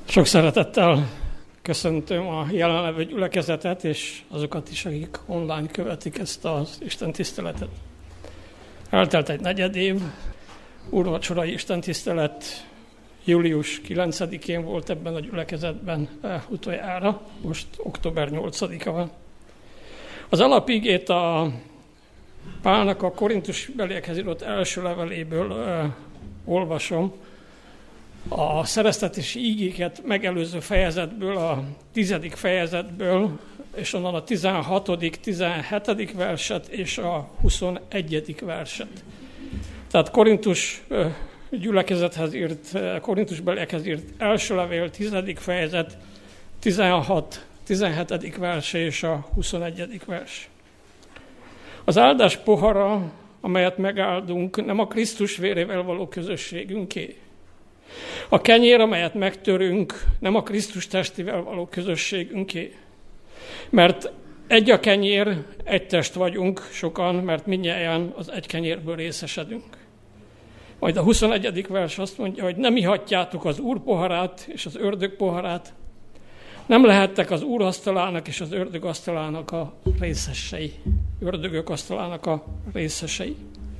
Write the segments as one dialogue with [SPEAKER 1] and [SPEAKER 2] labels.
[SPEAKER 1] Sok szeretettel köszöntöm a jelenlevő gyülekezetet, és azokat is, akik online követik ezt az istentiszteletet. Eltelt egy negyed év, úrvacsorai istentisztelet július 9-én volt ebben a gyülekezetben utoljára, most október 8-a van. Az alapigét a Pálnak a korintusbeliekhez írott első leveléből olvasom, a szereztetési ígéket megelőző fejezetből, a 10. fejezetből, és onnan a 16., 17. verset és a 21. verset. Tehát Korintus gyülekezethez írt, korintusbeliekhez írt első levél, 10. fejezet, 16., 17. vers és a 21. vers. Az áldás pohara, amelyet megáldunk, nem a Krisztus vérével való közösségünké. A kenyér, amelyet megtörünk, nem a Krisztus testével való közösségünké. Mert egy a kenyér, egy test vagyunk sokan, mert mindnyájan az egy kenyérből részesedünk. Majd a 21. vers azt mondja, hogy nem ihatjátok az Úr poharát és az ördög poharát, nem lehettek az Úr asztalának és az ördög asztalának a részesei. Ördögök asztalának a részesei.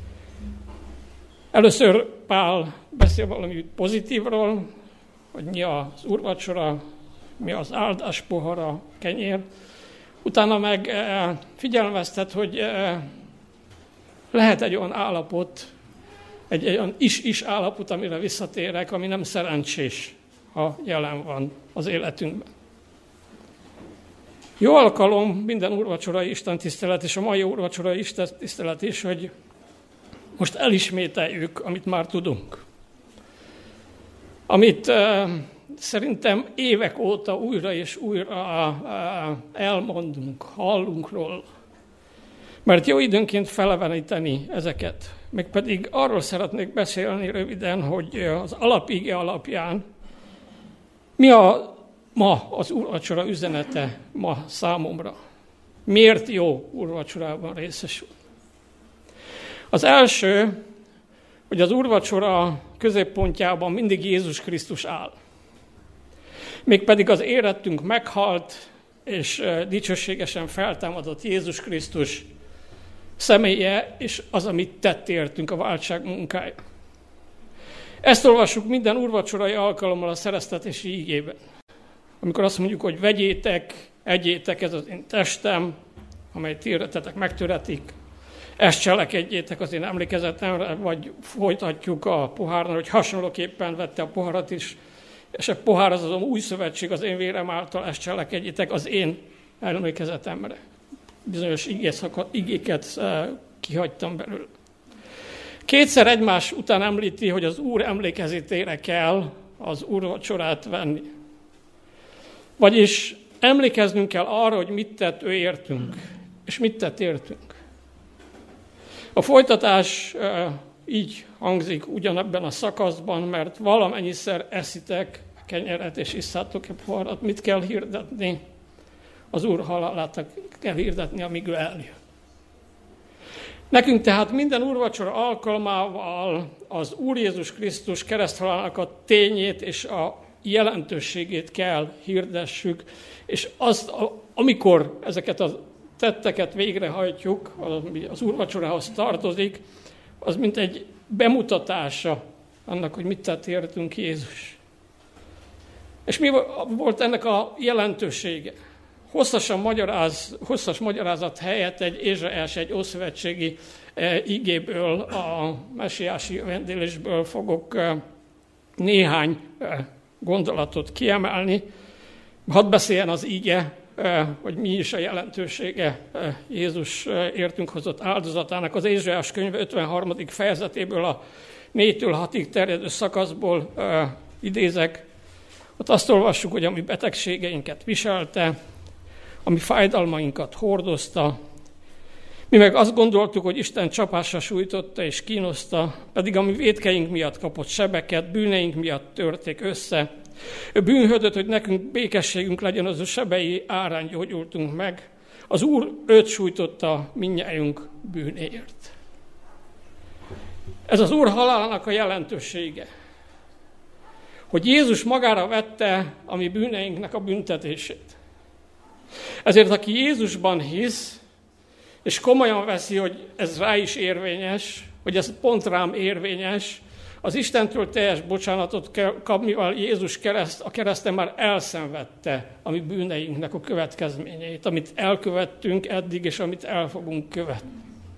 [SPEAKER 1] Először Pál beszél valami pozitívról, hogy mi az úrvacsora, mi az áldás pohara, kenyér. Utána meg figyelmeztet, hogy lehet egy olyan állapot, egy olyan is állapot, amire visszatérek, ami nem szerencsés, ha jelen van az életünkben. Jó alkalom minden úrvacsorai istentisztelet, és a mai úrvacsorai istentisztelet is, hogy most elismételjük, amit már tudunk. Amit szerintem évek óta újra és újra elmondunk, hallunk róla. Mert jó időnként feleveníteni ezeket. Mégpedig arról szeretnék beszélni röviden, hogy az alapige alapján mi ma az úrvacsora üzenete ma számomra. Miért jó úrvacsorában részesül? Az első, hogy az úrvacsora középpontjában mindig Jézus Krisztus áll. Mégpedig az érettünk meghalt, és dicsőségesen feltámadott Jézus Krisztus személye, és az, amit tett értünk, a váltság munkája. Ezt olvassuk minden úrvacsorai alkalommal a szereztetési ígében. Amikor azt mondjuk, hogy vegyétek, egyétek, ez az én testem, amely ti éretetek megtöretik, ezt cselekedjétek az én emlékezetemre, vagy folytatjuk a pohárnál, hogy hasonlóképpen vette a poharat is, és a pohár az új szövetség az én vérem által, ezt cselekedjétek az én emlékezetemre. Bizonyos igéket kihagytam belőle. Kétszer egymás után említi, hogy az Úr emlékezetére kell az úrvacsorát venni. Vagyis emlékeznünk kell arra, hogy mit tett ő értünk, és mit tett értünk. A folytatás így hangzik ugyanebben a szakaszban, mert valamennyiszer eszitek a kenyeret és isszátok a poharat. Mit kell hirdetni? Az Úr halálát kell hirdetni, amíg ő eljön. Nekünk tehát minden úrvacsora alkalmával az Úr Jézus Krisztus kereszthalálának a tényét és a jelentőségét kell hirdessük, és azt, amikor ezeket a tetteket végrehajtjuk, ami az úrvacsorához tartozik, az mint egy bemutatása annak, hogy mit tett értünk Jézus. És mi volt ennek a jelentősége? Hosszas magyarázat helyett egy Ézsaiás, egy ószövetségi igéből, a messiási jövendőlésből fogok néhány gondolatot kiemelni. Hadd beszéljen az ige, hogy mi is a jelentősége Jézus értünk hozott áldozatának. Az Ézsaiás könyv 53. fejezetéből a 4-től 6-ig terjedő szakaszból idézek. Ott azt olvassuk, hogy a mi betegségeinket viselte, a mi fájdalmainkat hordozta, mi meg azt gondoltuk, hogy Isten csapásra sújtotta és kínoszta, pedig a mi vétkeink miatt kapott sebeket, bűneink miatt törték össze. Ő bűnhődött, hogy nekünk békességünk legyen, az ő sebei árán gyógyultunk meg. Az Úr őt sújtotta mindnyájunk bűnéért. Ez az Úr halálának a jelentősége. hogy Jézus magára vette a mi bűneinknek a büntetését. Ezért aki Jézusban hisz, és komolyan veszi, hogy ez rá is érvényes, hogy ez pont rám érvényes, az Istentől teljes bocsánatot kap, mivel Jézus a kereszten már elszenvedte a mi bűneinknek a következményeit, amit elkövettünk eddig, és amit el fogunk követni.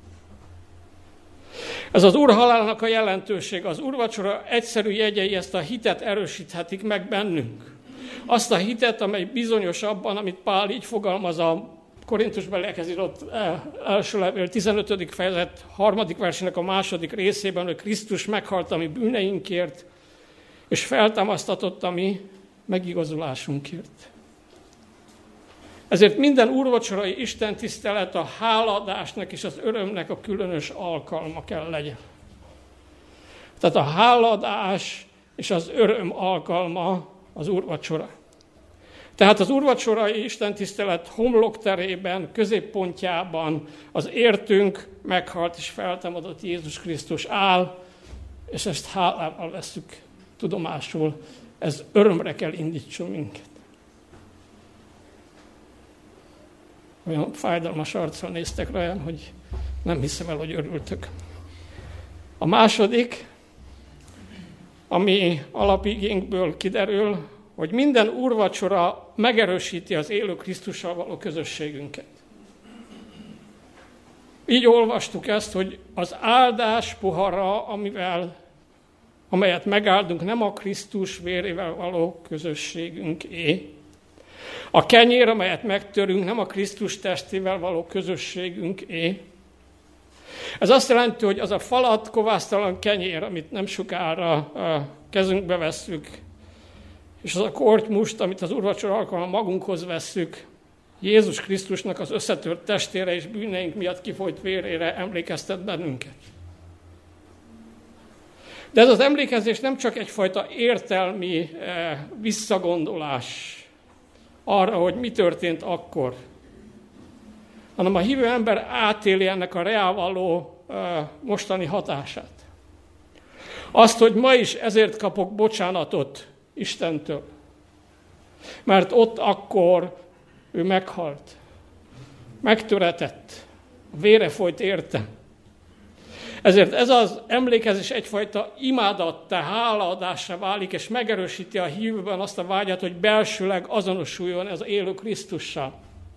[SPEAKER 1] Ez az Úr halálának a jelentősége. Az úrvacsora egyszerű jegyei ezt a hitet erősíthetik meg bennünk. Azt a hitet, amely bizonyos abban, amit Pál így fogalmaz a Korintusban írott első levél 15. fejezet 3. versének a 2. részében, hogy Krisztus meghalt a mi bűneinkért, és feltámasztatott a mi megigazulásunkért. Ezért minden úrvacsorai istentisztelet a hálaadásnak és az örömnek a különös alkalma kell legyen. Tehát a hálaadás és az öröm alkalma az úrvacsora. Tehát az úrvacsorai istentisztelet homlokterében, középpontjában az értünk meghalt és feltámadott Jézus Krisztus áll, és ezt hálával vesszük tudomásul. Ez örömre kell indítson minket. Olyan fájdalmas arccal néztek rám, hogy nem hiszem el, hogy örültök. A második, ami alapigénkből kiderül, hogy minden úrvacsora megerősíti az élő Krisztussal való közösségünket. Így olvastuk ezt, hogy az áldás pohara, amelyet megáldunk, nem a Krisztus vérével való közösségünké. A kenyér, amelyet megtörünk, nem a Krisztus testével való közösségünké. Ez azt jelenti, hogy az a falat, kovásztalan kenyér, amit nem sokára a kezünkbe vesszük, és az a kortymust, amit az úrvacsora alkalmával magunkhoz vesszük, Jézus Krisztusnak az összetört testére és bűneink miatt kifolyt vérére emlékeztet bennünket. De ez az emlékezés nem csak egyfajta értelmi visszagondolás arra, hogy mi történt akkor, hanem a hívő ember átéli ennek a reálvaló mostani hatását. Azt, hogy ma is ezért kapok bocsánatot Istentől. Mert ott akkor ő meghalt, megtöretett, vére folyt érte. Ezért ez az emlékezés egyfajta imádattá, hálaadásra válik, és megerősíti a hívőben azt a vágyat, hogy belsőleg azonosuljon ez az élő Krisztussal.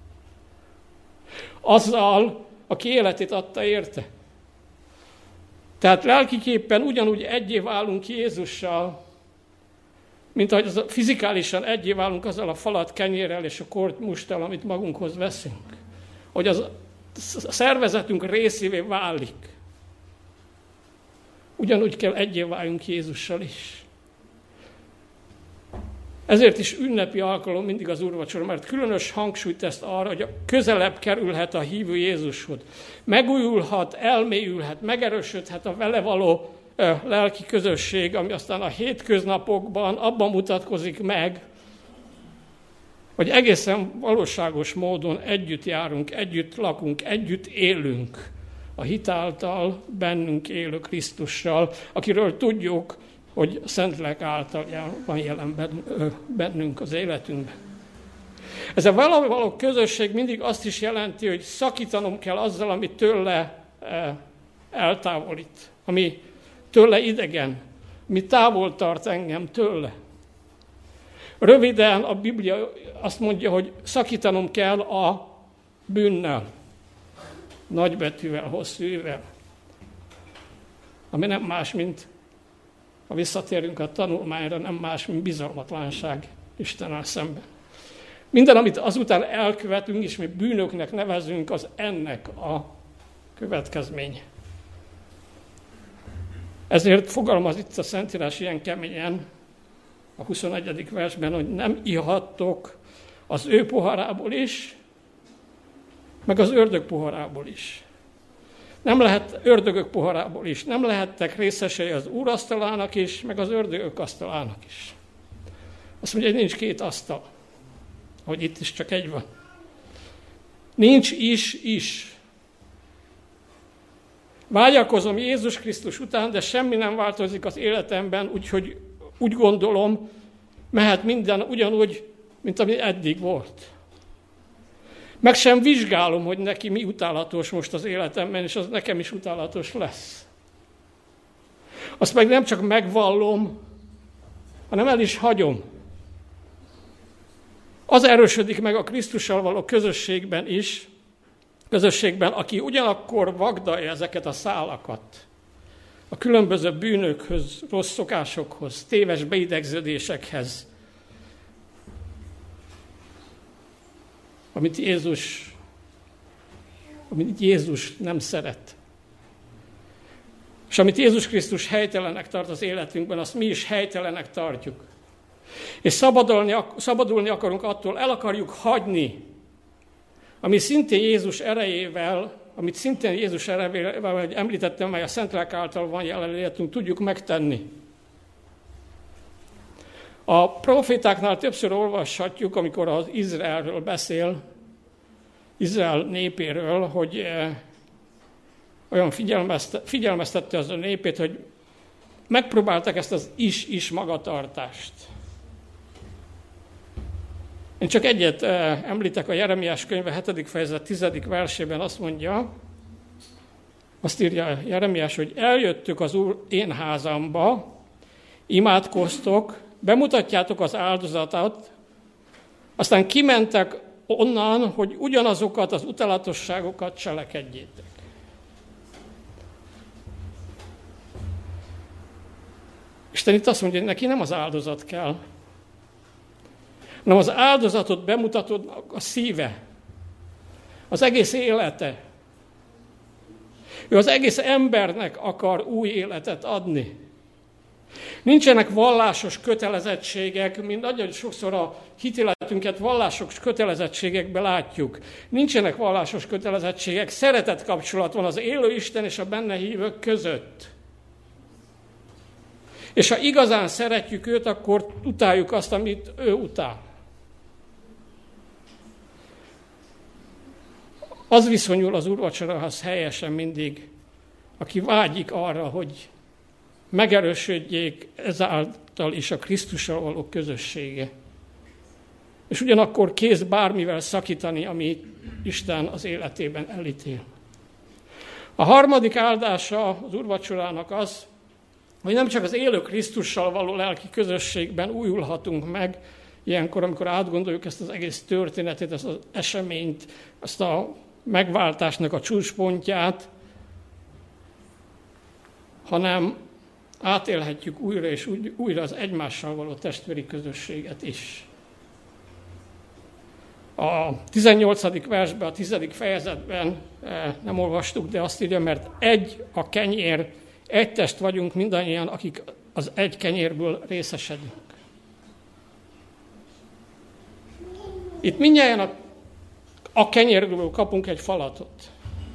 [SPEAKER 1] Azzal, aki életét adta érte. Tehát lelkiképpen ugyanúgy egyé válunk Jézussal, mint ahogy fizikálisan egyé válunk azzal a falat kenyérrel és a kortmusttal, amit magunkhoz veszünk. Hogy az a szervezetünk részévé válik. Ugyanúgy kell egyé váljunk Jézussal is. Ezért is ünnepi alkalom mindig az úrvacsora, mert különös hangsúlyt tesz arra, hogy közelebb kerülhet a hívő Jézushoz. Megújulhat, elmélyülhet, megerősödhet a vele való lelki közösség, ami aztán a hétköznapokban abban mutatkozik meg, hogy egészen valóságos módon együtt járunk, együtt lakunk, együtt élünk a hit által bennünk élő Krisztussal, akiről tudjuk, hogy Szentlélek által van jelen bennünk az életünkben. Ez a vele való közösség mindig azt is jelenti, hogy szakítanom kell azzal, ami tőle eltávolít, ami tőle idegen, mi távol tart engem tőle. Röviden a Biblia azt mondja, hogy szakítanom kell a bűnnel, nagybetűvel, hosszú űvel, ami nem más, mint, ha visszatérünk a tanulmányra, nem más, mint bizalmatlanság Istennel szemben. Minden, amit azután elkövetünk, és mi bűnöknek nevezünk, az ennek a következménye. Ezért fogalmaz itt a Szentírás ilyen keményen, a 21. versben, hogy nem ihattok az ő poharából is, meg az ördög poharából is. Nem lehet ördögök poharából is. Nem lehettek részesei az Úr asztalának is, meg az ördögök asztalának is. Azt mondja, hogy nincs két asztal. Hogy itt is csak egy van. Nincs is. Vágyakozom Jézus Krisztus után, de semmi nem változik az életemben, úgyhogy úgy gondolom, mehet minden ugyanúgy, mint ami eddig volt. Meg sem vizsgálom, hogy neki mi utálatos most az életemben, és az nekem is utálatos lesz. Azt meg nem csak megvallom, hanem el is hagyom. Az erősödik meg a Krisztussal való közösségben, aki ugyanakkor vagdalja ezeket a szálakat, a különböző bűnökhöz, rossz szokásokhoz, téves beidegződésekhez, amit Jézus nem szeret. És amit Jézus Krisztus helytelenek tart az életünkben, azt mi is helytelenek tartjuk. És szabadulni akarunk attól, el akarjuk hagyni, amit szintén Jézus erejével, hogy említettem, mely a Szentlélek által van jelen életünk, tudjuk megtenni. A profétáknál többször olvashatjuk, amikor az Izraelről beszél, Izrael népéről, hogy olyan figyelmeztette az a népét, hogy megpróbáltak ezt az is magatartást. Én csak egyet említek, a Jeremiás könyve 7. fejezet 10. versében azt írja Jeremiás, hogy eljöttök az Úr én házamba, imádkoztok, bemutatjátok az áldozatot, aztán kimentek onnan, hogy ugyanazokat az utálatosságokat cselekedjétek. Isten itt azt mondja, hogy neki nem az áldozat kell, hanem az áldozatot bemutatod a szíve, az egész élete. Ő az egész embernek akar új életet adni. Nincsenek vallásos kötelezettségek, mint nagyon sokszor a hitéletünket vallásos kötelezettségekbe látjuk. Nincsenek vallásos kötelezettségek, szeretet kapcsolat van az élő Isten és a benne hívők között. És ha igazán szeretjük őt, akkor utáljuk azt, amit ő utál. Az viszonyul az úrvacsorához helyesen mindig, aki vágyik arra, hogy megerősödjék ezáltal is a Krisztussal való közössége. És ugyanakkor kész bármivel szakítani, amit Isten az életében elítél. A harmadik áldása az úrvacsorának az, hogy nem csak az élő Krisztussal való lelki közösségben újulhatunk meg, ilyenkor, amikor átgondoljuk ezt az egész történetét, ezt az eseményt, ezt a megváltásnak a csúcspontját, hanem átélhetjük újra és újra az egymással való testvéri közösséget is. A 18. versben, a 10. fejezetben nem olvastuk, de azt írja, mert egy a kenyér, egy test vagyunk mindannyian, akik az egy kenyérből részesedünk. Itt mindnyájan a kenyérből kapunk egy falatot.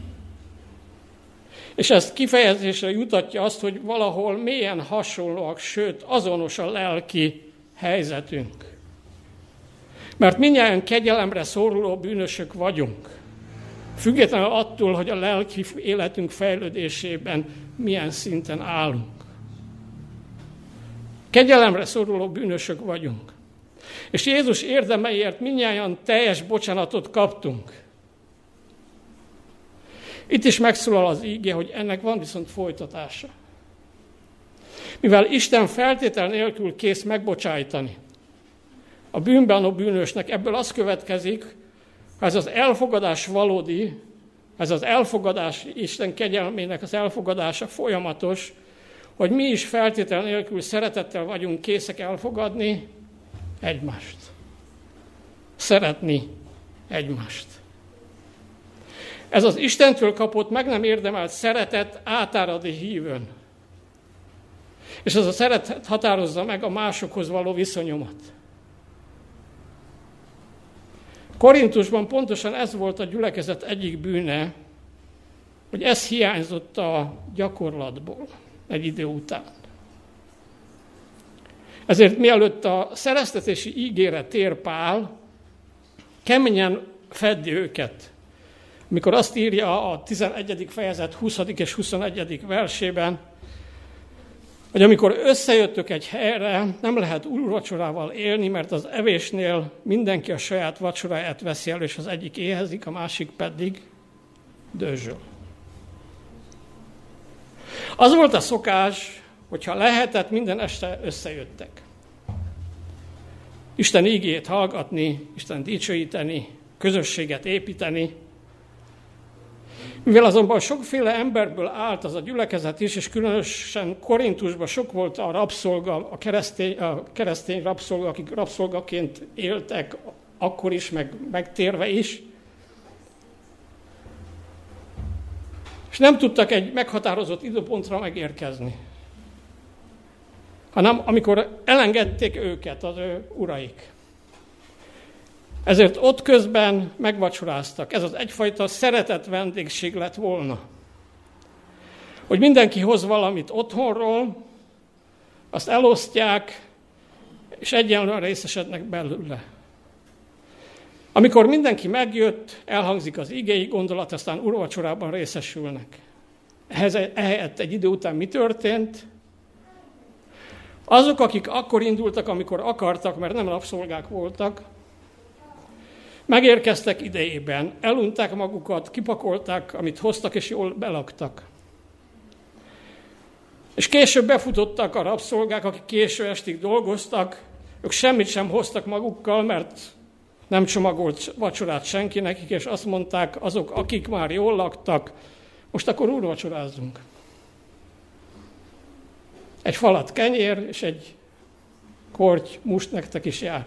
[SPEAKER 1] És ezt kifejezésre jutatja azt, hogy valahol mélyen hasonlóak, sőt azonos a lelki helyzetünk. Mert mindnyájan kegyelemre szoruló bűnösök vagyunk. Függetlenül attól, hogy a lelki életünk fejlődésében milyen szinten állunk. Kegyelemre szoruló bűnösök vagyunk. És Jézus érdemeiért mindnyájan teljes bocsánatot kaptunk. Itt is megszólal az íge, hogy ennek van viszont folytatása. Mivel Isten feltétel nélkül kész megbocsájtani a bűnben a bűnösnek, ebből az következik, ha ez az elfogadás valódi, ez az elfogadás, Isten kegyelmének az elfogadása folyamatos, hogy mi is feltétel nélkül szeretettel vagyunk készek elfogadni egymást. Szeretni egymást. Ez az Istentől kapott, meg nem érdemelt szeretet átárad a hívőn. És ez a szeretet határozza meg a másokhoz való viszonyomat. Korintusban pontosan ez volt a gyülekezet egyik bűne, hogy ez hiányzott a gyakorlatból egy idő után. Ezért mielőtt a szereztetési ígére tér Pál, keményen feddi őket. Mikor azt írja a 11. fejezet 20. és 21. versében, hogy amikor összejöttök egy helyre, nem lehet úrvacsorával élni, mert az evésnél mindenki a saját vacsoráját veszi elő, és az egyik éhezik, a másik pedig dőzsöl. Az volt a szokás, hogyha lehetett, minden este összejöttek. Isten ígéjét hallgatni, Isten dicsőíteni, közösséget építeni. Mivel azonban sokféle emberből állt az a gyülekezet is, és különösen Korintusban sok volt a rabszolga, a keresztény rabszolga, akik rabszolgaként éltek akkor is, megtérve is, és nem tudtak egy meghatározott időpontra megérkezni, hanem amikor elengedték őket az ő uraik. Ezért ott közben megvacsoráztak. Ez az egyfajta szeretett vendégség lett volna. Hogy mindenki hoz valamit otthonról, azt elosztják, és egyenlően részesednek belőle. Amikor mindenki megjött, elhangzik az igei gondolat, aztán úrvacsorában részesülnek. Ehelyett egy idő után mi történt? Azok, akik akkor indultak, amikor akartak, mert nem rabszolgák voltak, megérkeztek idejében, elunták magukat, kipakolták, amit hoztak, és jól belaktak. És később befutottak a rabszolgák, akik késő estig dolgoztak, ők semmit sem hoztak magukkal, mert nem csomagolt vacsorát senki nekik, és azt mondták azok, akik már jól laktak, most akkor úrvacsorázzunk. Egy falat kenyér, és egy korty must nektek is jár.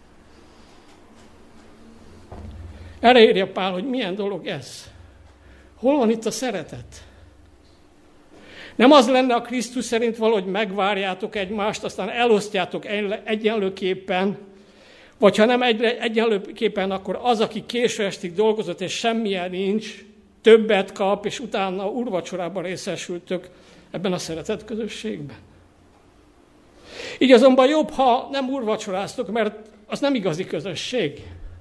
[SPEAKER 1] Erre írja Pál, hogy milyen dolog ez. Hol van itt a szeretet? Nem az lenne a Krisztus szerint valahogy megvárjátok egymást, aztán elosztjátok egyenlőképpen, vagy ha nem egyenlőképpen, akkor az, aki késő estig dolgozott, és semmilyen nincs, többet kap, és utána úrvacsorában részesültök ebben a szeretet közösségben. Így azonban jobb, ha nem úrvacsoráztok, mert az nem igazi közösség.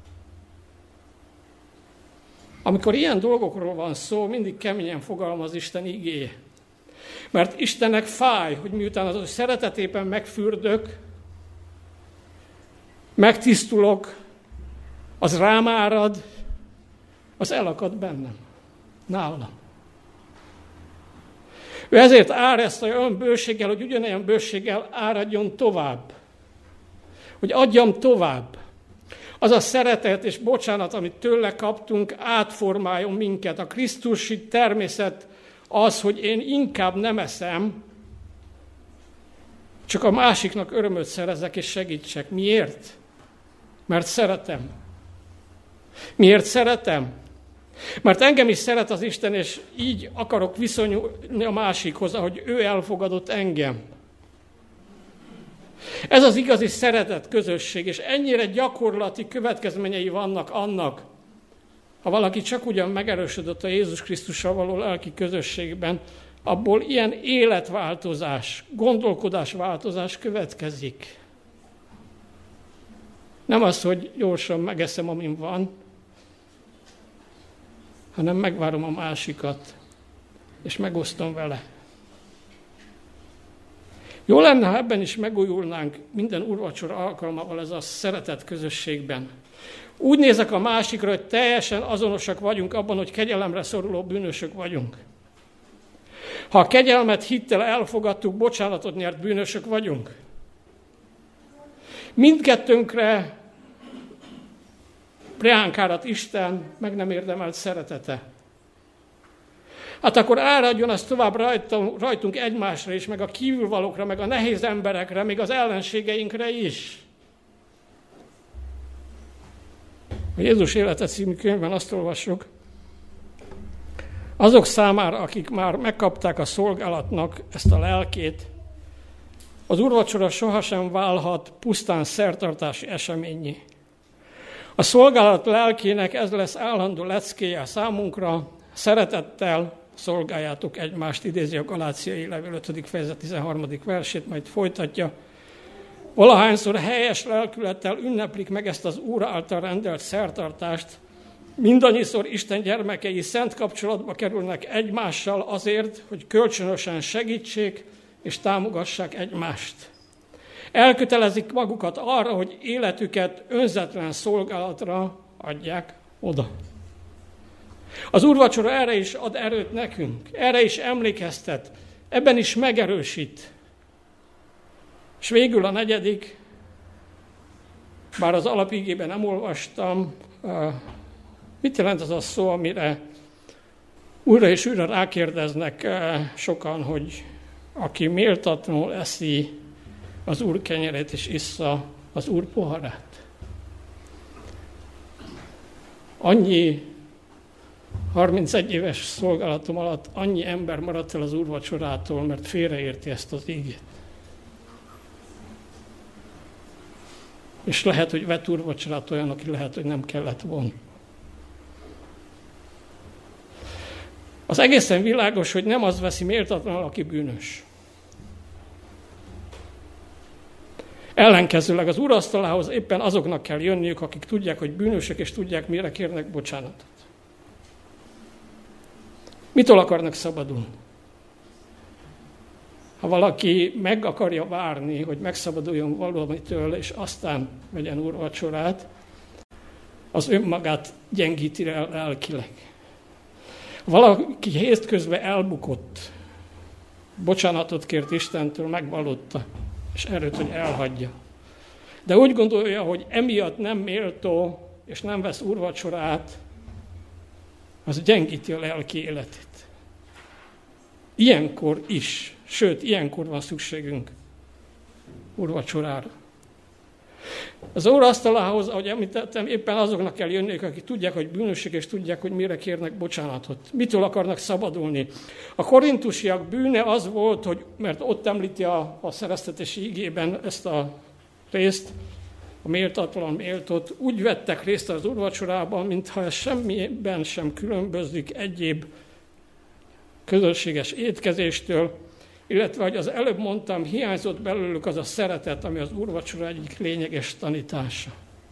[SPEAKER 1] Amikor ilyen dolgokról van szó, mindig keményen fogalmaz Isten igéje. Mert Istennek fáj, hogy miután az ő szeretetében megfürdök, megtisztulok, az rám árad, az elakad bennem, nálam. Ő ezért árasztja olyan bőséggel, hogy ugyanolyan bőséggel áradjon tovább. Hogy adjam tovább. Az a szeretet és bocsánat, amit tőle kaptunk, átformáljon minket. A krisztusi természet az, hogy én inkább nem eszem, csak a másiknak örömöt szerezek és segítsek. Miért? Mert szeretem. Miért szeretem? Mert engem is szeret az Isten, és így akarok viszonyulni a másikhoz, ahogy ő elfogadott engem. Ez az igazi szeretet közösség, és ennyire gyakorlati következményei vannak annak, ha valaki csak ugyan megerősödött a Jézus Krisztussal való lelki közösségben, abból ilyen életváltozás, gondolkodásváltozás következik. Nem az, hogy gyorsan megeszem, amin van, hanem megvárom a másikat, és megosztom vele. Jó lenne, ha ebben is megújulnánk minden úrvacsora alkalmával ez a szeretet közösségben. Úgy nézek a másikra, hogy teljesen azonosak vagyunk abban, hogy kegyelemre szoruló bűnösök vagyunk. Ha a kegyelmet hittel elfogadtuk, bocsánatot nyert bűnösök vagyunk. Mindkettőnkre ránk árat Isten meg nem érdemelt szeretete. Hát akkor áradjon az tovább rajtunk egymásra is, meg a kívülvalókra, meg a nehéz emberekre, meg az ellenségeinkre is. A Jézus élete című könyvben azt olvassuk, azok számára, akik már megkapták a szolgálatnak ezt a lelkét, az úrvacsora sohasem válhat pusztán szertartási eseményé. A szolgálat lelkének ez lesz állandó leckéje számunkra, szeretettel szolgáljátok egymást, idézi a Galáciai levél 5. fejezet 13. versét, majd folytatja. Valahányszor helyes lelkülettel ünneplik meg ezt az Úr által rendelt szertartást, mindannyiszor Isten gyermekei szent kapcsolatba kerülnek egymással azért, hogy kölcsönösen segítsék és támogassák egymást. Elkötelezik magukat arra, hogy életüket önzetlen szolgálatra adják oda. Az úrvacsora erre is ad erőt nekünk, erre is emlékeztet, ebben is megerősít. És végül a negyedik, bár az alapigében nem olvastam, mit jelent az a szó, amire újra és újra rákérdeznek sokan, hogy aki méltatlanul eszi az Úr kenyerét és issza az Úr poharát. Annyi 31 éves szolgálatom alatt annyi ember maradt el az úrvacsorától, mert félreérti ezt az ígét. És lehet, hogy vett úrvacsorát olyan, aki lehet, hogy nem kellett volna. Az egészen világos, hogy nem az veszi méltatlanul, aki bűnös. Ellenkezőleg az úrasztalához éppen azoknak kell jönniük, akik tudják, hogy bűnösök, és tudják, mire kérnek bocsánatot. Mitől akarnak szabadulni? Ha valaki meg akarja várni, hogy megszabaduljon valamitől, és aztán vegyen úrvacsorát, az önmagát gyengíti el lelkileg. Valaki hétközben elbukott, bocsánatot kért Istentől, megvallotta, és erőt, hogy elhagyja. De úgy gondolja, hogy emiatt nem méltó, és nem vesz úrvacsorát, az gyengíti a lelki életét. Ilyenkor is, sőt, ilyenkor van szükségünk úrvacsorára. Az úrasztalához, ahogy említettem, éppen azoknak kell jönniük, akik tudják, hogy bűnösök, és tudják, hogy mire kérnek bocsánatot. Mitől akarnak szabadulni? A korintusiak bűne az volt, hogy, mert ott említi a szereztetési igében ezt a részt, a méltatlan méltót, úgy vettek részt az úrvacsorában, mintha ez semmiben sem különbözik egyéb közösséges étkezéstől, illetve, hogy az előbb mondtam, hiányzott belőlük az a szeretet, ami az úrvacsora egyik lényeges tanítása.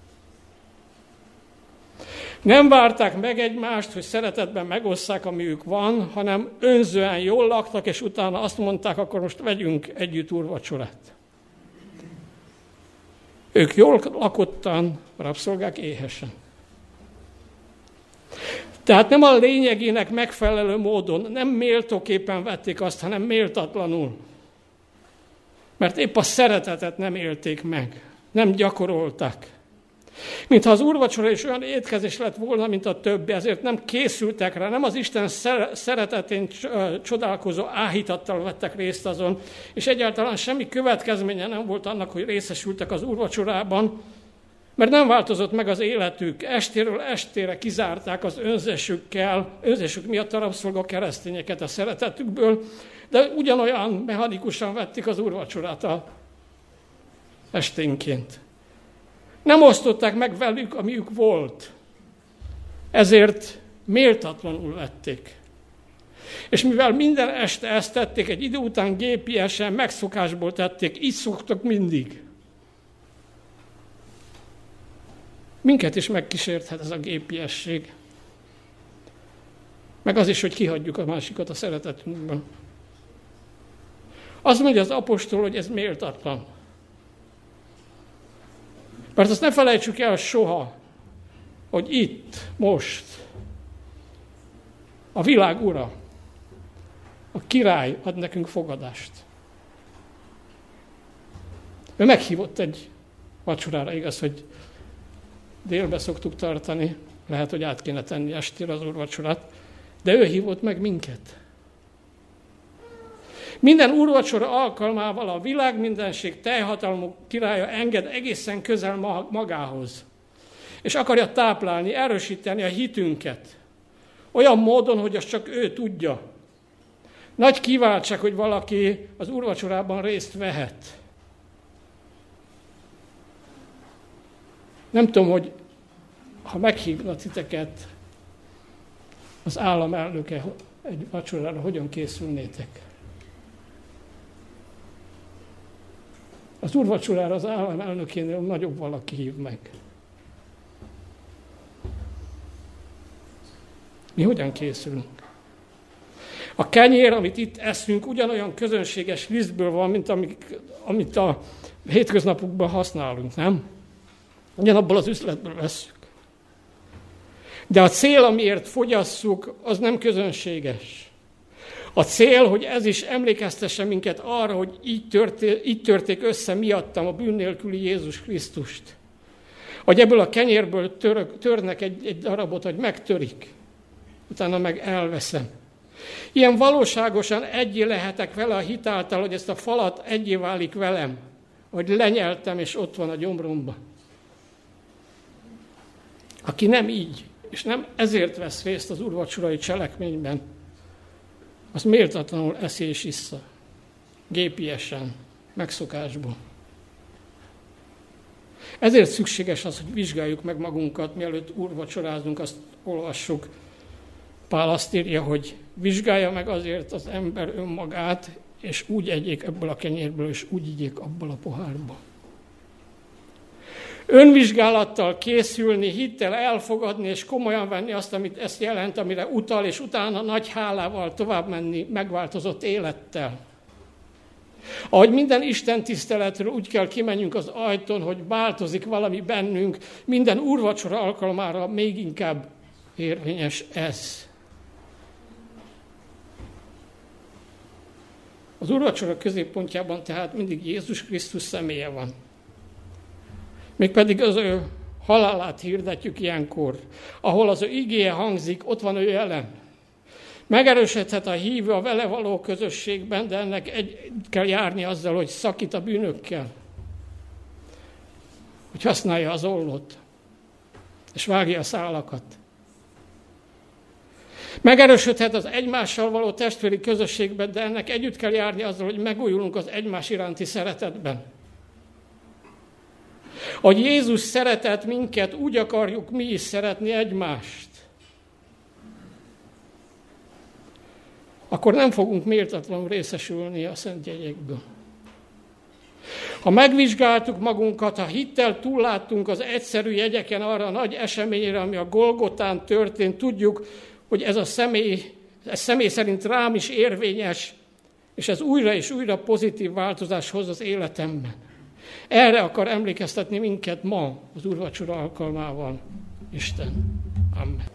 [SPEAKER 1] Nem várták meg egymást, hogy szeretetben megosszák, amiük van, hanem önzően jól laktak, és utána azt mondták, akkor most vegyünk együtt úrvacsorát. Ők jól lakottan, a rabszolgák éhesen. Tehát nem a lényegének megfelelő módon, nem méltóképpen vették azt, hanem méltatlanul. Mert épp a szeretetet nem élték meg, nem gyakorolták. Mintha az úrvacsora is olyan étkezés lett volna, mint a többi, ezért nem készültek rá, nem az Isten szeretetén csodálkozó áhítattal vettek részt azon, és egyáltalán semmi következménye nem volt annak, hogy részesültek az úrvacsorában, mert nem változott meg az életük, estéről estére kizárták az önzésük miatt a rabszolga keresztényeket a szeretetükből, de ugyanolyan mechanikusan vették az úrvacsorát esténként. Nem osztották meg velük, amiük volt, ezért méltatlanul vették. És mivel minden este ezt tették, egy idő után gépiesen, megszokásból tették, így szoktak mindig. Minket is megkísérthet ez a gépiesség. Meg az is, hogy kihagyjuk a másikat a szeretetünkből. Azt mondja az apostol, hogy ez méltatlan. Mert azt ne felejtsük el soha, hogy itt, most a világ ura, a király ad nekünk fogadást. Ő meghívott egy vacsorára, igaz, hogy délbe szoktuk tartani, lehet, hogy át kéne tenni estére az úrvacsorát, de ő hívott meg minket. Minden úrvacsora alkalmával a világ mindenség teljhatalmú királya enged egészen közel magához. És akarja táplálni, erősíteni a hitünket. Olyan módon, hogy azt csak ő tudja. Nagy kiváltság, hogy valaki az úrvacsorában részt vehet. Nem tudom, hogy ha meghívna titeket az államelnöke egy vacsorára, hogyan készülnétek. Az úrvacsorára az államelnökénél nagyobb valaki hív meg. Mi hogyan készülünk? A kenyér, amit itt eszünk, ugyanolyan közönséges lisztből van, mint amit a hétköznapokban használunk, nem? Ugyanabból az üzletből vesszük. De a cél, amiért fogyasszuk, az nem közönséges. A cél, hogy ez is emlékeztesse minket arra, hogy így törték össze miattam a bűn nélküli Jézus Krisztust. Hogy ebből a kenyérből törnek egy darabot, hogy megtörik, utána meg elveszem. Ilyen valóságosan egyé lehetek vele a hit által, hogy ezt a falat egyé válik velem, hogy lenyeltem, és ott van a gyomromban. Aki nem így, és nem ezért vesz részt az úrvacsorai cselekményben, az méltatlanul eszi és issza, gépiesen, megszokásból. Ezért szükséges az, hogy vizsgáljuk meg magunkat, mielőtt úrvacsorázunk, azt olvassuk. Pál azt írja, hogy vizsgálja meg azért az ember önmagát, és úgy egyék ebből a kenyérből, és úgy igyék abból a pohárból. Önvizsgálattal készülni, hittel elfogadni, és komolyan venni azt, amit ezt jelent, amire utal, és utána nagy hálával tovább menni megváltozott élettel. Ahogy minden Isten tiszteletről úgy kell kimenjünk az ajtón, hogy változik valami bennünk, minden úrvacsora alkalmára még inkább érvényes ez. Az úrvacsora középpontjában tehát mindig Jézus Krisztus személye van. Mégpedig az ő halálát hirdetjük ilyenkor. Ahol az ő igéje hangzik, ott van ő jelen. Megerősödhet a hívő a vele való közösségben, de ennek egy kell járni azzal, hogy szakít a bűnökkel. Hogy használja az ollót, és vágja a szálakat. Megerősödhet az egymással való testvéri közösségben, de ennek együtt kell járni azzal, hogy megújulunk az egymás iránti szeretetben. Ahogy Jézus szeretett minket, úgy akarjuk mi is szeretni egymást. Akkor nem fogunk méltatlanul részesülni a szent jegyekből. Ha megvizsgáltuk magunkat, ha hittel túlláttunk az egyszerű jegyeken arra a nagy eseményre, ami a Golgotán történt, tudjuk, hogy ez személy szerint rám is érvényes, és ez újra és újra pozitív változás hoz az életemben. Erre akar emlékeztetni minket ma az úrvacsora alkalmával Isten. Amen.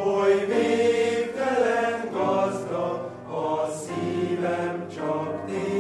[SPEAKER 2] Csak